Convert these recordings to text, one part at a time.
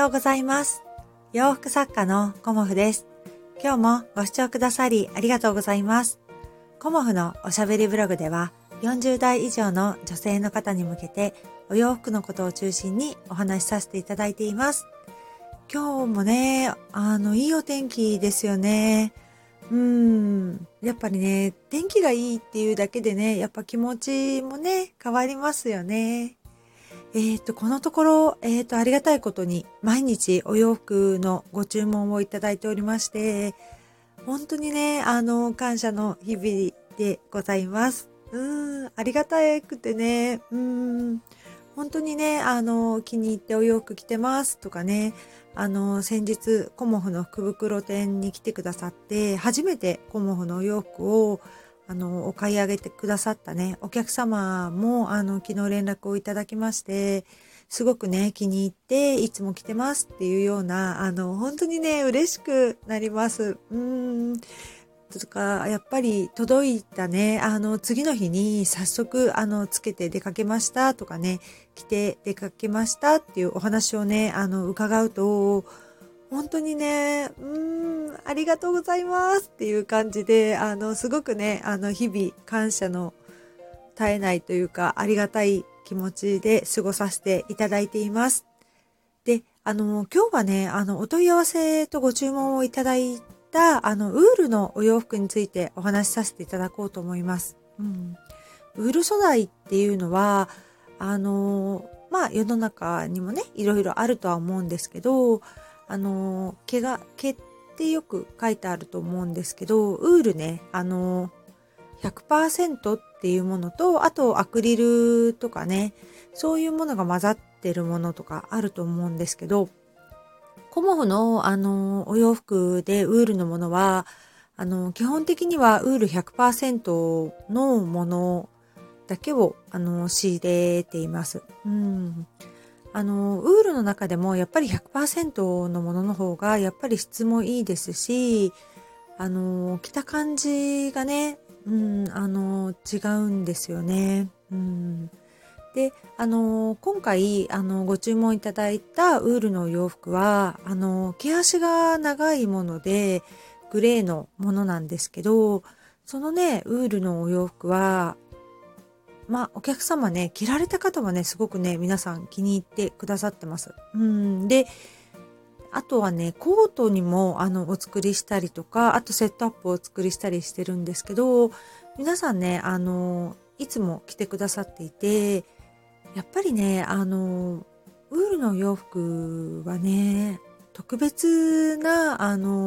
ようございます。洋服作家のコモフです。今日もご視聴くださりありがとうございます。コモフのおしゃべりブログでは40代以上の女性の方に向けてお洋服のことを中心にお話しさせていただいています。今日もね、いいお天気ですよね。やっぱりね、天気がいいっていうだけでね、やっぱ気持ちもね、変わりますよね。このところ、ありがたいことに、毎日お洋服のご注文をいただいておりまして、本当にね、感謝の日々でございます。ありがたくてね、本当にね、気に入ってお洋服着てますとかね、先日、コモフの福袋店に来てくださって、初めてコモフのお洋服を、お買い上げてくださったね、お客様も、昨日連絡をいただきまして、すごくね、気に入って、いつも着てますっていうような、本当にね、嬉しくなります。とか、やっぱり届いたね、次の日に早速、つけて出かけましたとかね、着て出かけましたっていうお話をね、伺うと、本当にね、ありがとうございますっていう感じで、すごくね、日々感謝の絶えないというか、ありがたい気持ちで過ごさせていただいています。で、今日はね、お問い合わせとご注文をいただいた、ウールのお洋服についてお話しさせていただこうと思います。ウール素材っていうのは、世の中にもね、いろいろあるとは思うんですけど、毛ってよく書いてあると思うんですけど、ウールね、100% っていうものと、あとアクリルとかね、そういうものが混ざってるものとかあると思うんですけど、コモフのお洋服でウールのものは、基本的にはウール 100% のものだけを仕入れています。ウールの中でもやっぱり 100% のものの方がやっぱり質もいいですし、着た感じがね、違うんですよね。で、今回、ご注文いただいたウールのお洋服は、毛足が長いもので、グレーのものなんですけど、そのね、ウールのお洋服は、お客様ね、着られた方はね、すごくね、皆さん気に入ってくださってます。で、あとはね、コートにも、お作りしたりとか、あとセットアップをお作りしたりしてるんですけど、皆さんね、いつも着てくださっていて、やっぱりね、ウールの洋服はね、特別な、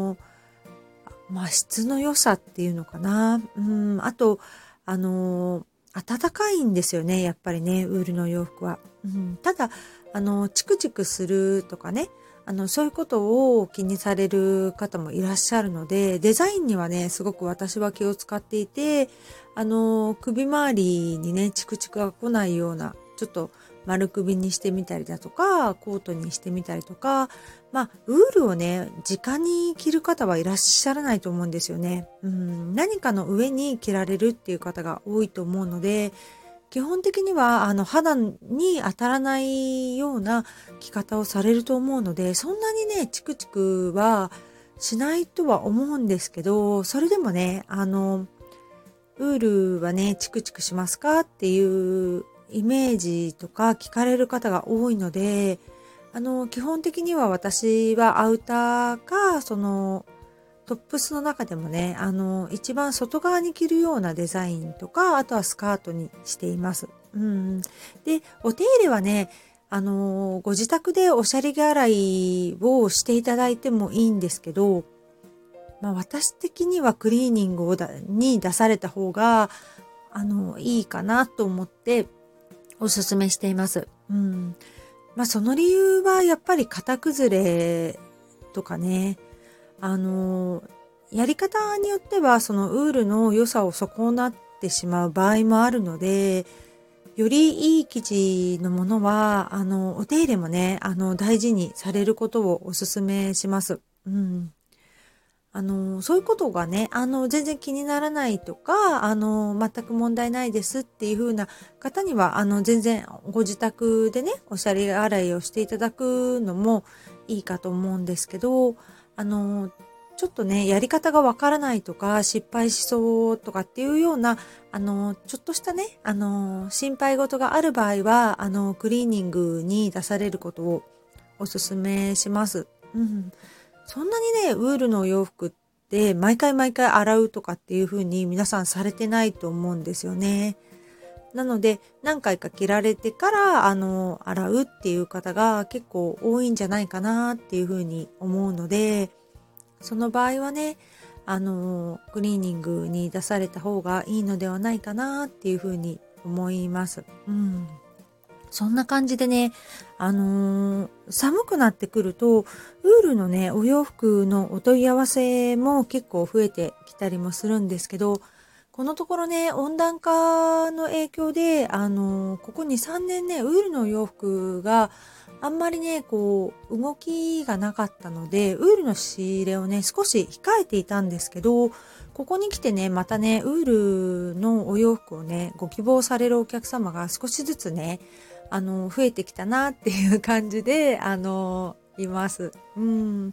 質の良さっていうのかな。あと、暖かいんですよね、やっぱりね、ウールの洋服は。ただ、チクチクするとかね、そういうことを気にされる方もいらっしゃるので、デザインにはね、すごく私は気を使っていて、首周りにね、チクチクが来ないような、ちょっと丸首にしてみたりだとか、コートにしてみたりとか、ウールをね、直に着る方はいらっしゃらないと思うんですよね。何かの上に着られるっていう方が多いと思うので、基本的には肌に当たらないような着方をされると思うので、そんなにね、チクチクはしないとは思うんですけど、それでもね、ウールはね、チクチクしますかっていうイメージとか聞かれる方が多いので、基本的には私はアウターか、トップスの中でもね、一番外側に着るようなデザインとか、あとはスカートにしています。で、お手入れはね、ご自宅でおしゃれ着洗いをしていただいてもいいんですけど、私的にはクリーニングに出された方が、いいかなと思っておすすめしています。その理由はやっぱり型崩れとかね、やり方によってはそのウールの良さを損なってしまう場合もあるので、よりいい生地のものは、お手入れもね、大事にされることをお勧めします。 そういうことがね、全然気にならないとか、全く問題ないですっていう風な方には、全然ご自宅でね、おしゃれ洗いをしていただくのもいいかと思うんですけど、ちょっとね、やり方がわからないとか、失敗しそうとかっていうような、ちょっとしたね、心配事がある場合は、クリーニングに出されることをお勧めします。うん。そんなにね、ウールのお洋服って毎回毎回洗うとかっていう風に皆さんされてないと思うんですよね。なので、何回か着られてから、洗うっていう方が結構多いんじゃないかなっていう風に思うので、その場合はね、クリーニングに出された方がいいのではないかなっていう風に思います。うん。そんな感じでね、寒くなってくると、ウールのね、お洋服のお問い合わせも結構増えてきたりもするんですけど、このところね、温暖化の影響で、ここ2、3年ね、ウールのお洋服があんまりね、動きがなかったので、ウールの仕入れをね、少し控えていたんですけど、ここに来てね、またね、ウールのお洋服をね、ご希望されるお客様が少しずつね、増えてきたなっていう感じで、います。うん。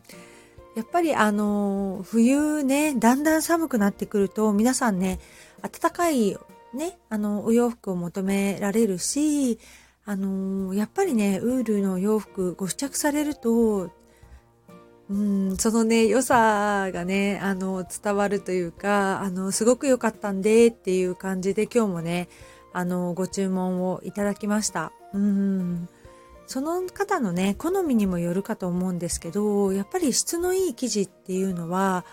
やっぱり冬ね、だんだん寒くなってくると、皆さんね、暖かいね、お洋服を求められるし、やっぱりね、ウールの洋服ご試着されると、そのね、良さがね、伝わるというか、すごく良かったんでっていう感じで今日もね、ご注文をいただきました。その方のね、好みにもよるかと思うんですけど、やっぱり質のいい生地っていうのは、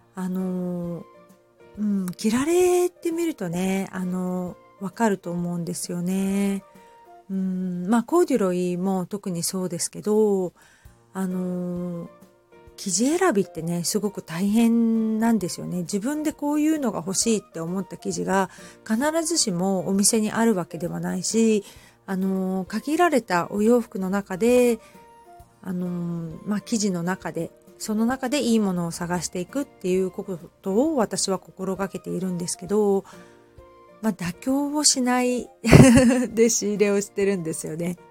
着られてみるとね、わかると思うんですよね。コーデュロイも特にそうですけど、あの生地選びってね、すごく大変なんですよね。自分でこういうのが欲しいって思った生地が必ずしもお店にあるわけではないし、限られたお洋服の中で、生地の中で、その中でいいものを探していくっていうことを私は心がけているんですけど、妥協をしないで仕入れをしてるんですよね。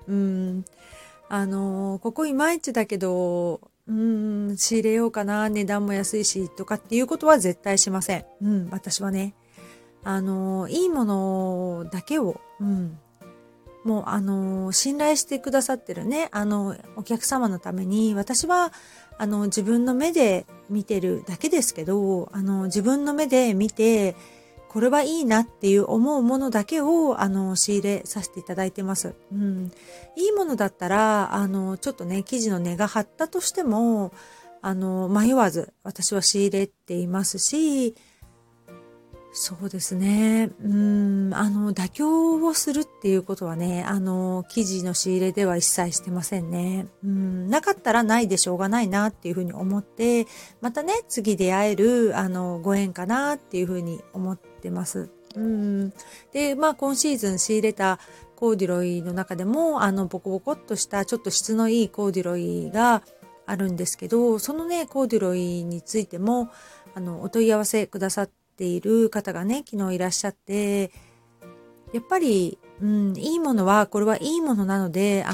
ここいまいちだけど、仕入れようかな、値段も安いし、とかっていうことは絶対しません。私はね。いいものだけを、もう、信頼してくださってるね、お客様のために、私は、自分の目で見てるだけですけど、自分の目で見て、これはいいなっていう思うものだけを、仕入れさせていただいてます。いいものだったら、ちょっとね、生地の値が張ったとしても、迷わず、私は仕入れていますし、そうですね。妥協をするっていうことはね、生地の仕入れでは一切してませんね。なかったらないでしょうがないなっていうふうに思って、またね、次出会える、ご縁かなっていうふうに思ってます。で、今シーズン仕入れたコーデュロイの中でも、ボコボコっとしたちょっと質のいいコーデュロイがあるんですけど、そのね、コーデュロイについても、お問い合わせくださっている方がね、昨日いらっしゃって、やっぱり、いいものは、これはいいものなので、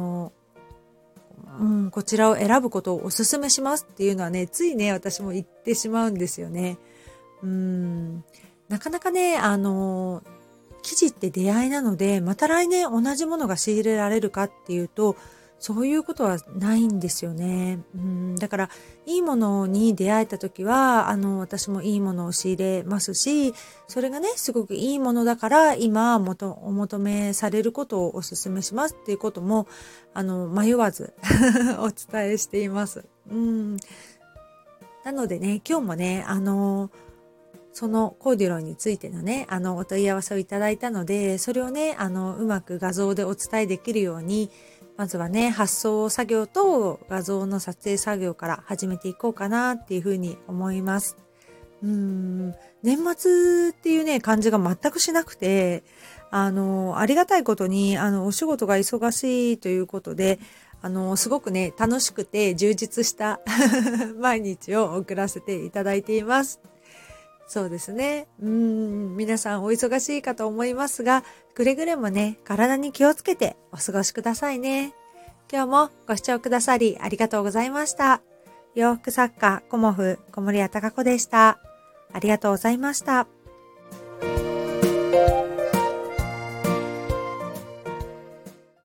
こちらを選ぶことをお勧めしますっていうのはね、ついね、私も言ってしまうんですよね。なかなかね、生地って出会いなので、また来年同じものが仕入れられるかっていうと、そういうことはないんですよね。だから、いいものに出会えた時は、私もいいものを仕入れますし、それがね、すごくいいものだから、今、お求めされることをお勧めしますっていうことも、迷わずお伝えしています。なのでね、今日もね、そのコーデュロイについてのね、お問い合わせをいただいたので、それをね、うまく画像でお伝えできるように、まずはね、発送作業と画像の撮影作業から始めていこうかなっていうふうに思います。年末っていうね、感じが全くしなくて、ありがたいことに、お仕事が忙しいということで、 すごくね、楽しくて充実した毎日を送らせていただいています。そうですね。皆さんお忙しいかと思いますが、くれぐれもね、体に気をつけてお過ごしくださいね。今日もご視聴くださりありがとうございました。洋服作家コモフ小森屋隆子でした。ありがとうございました。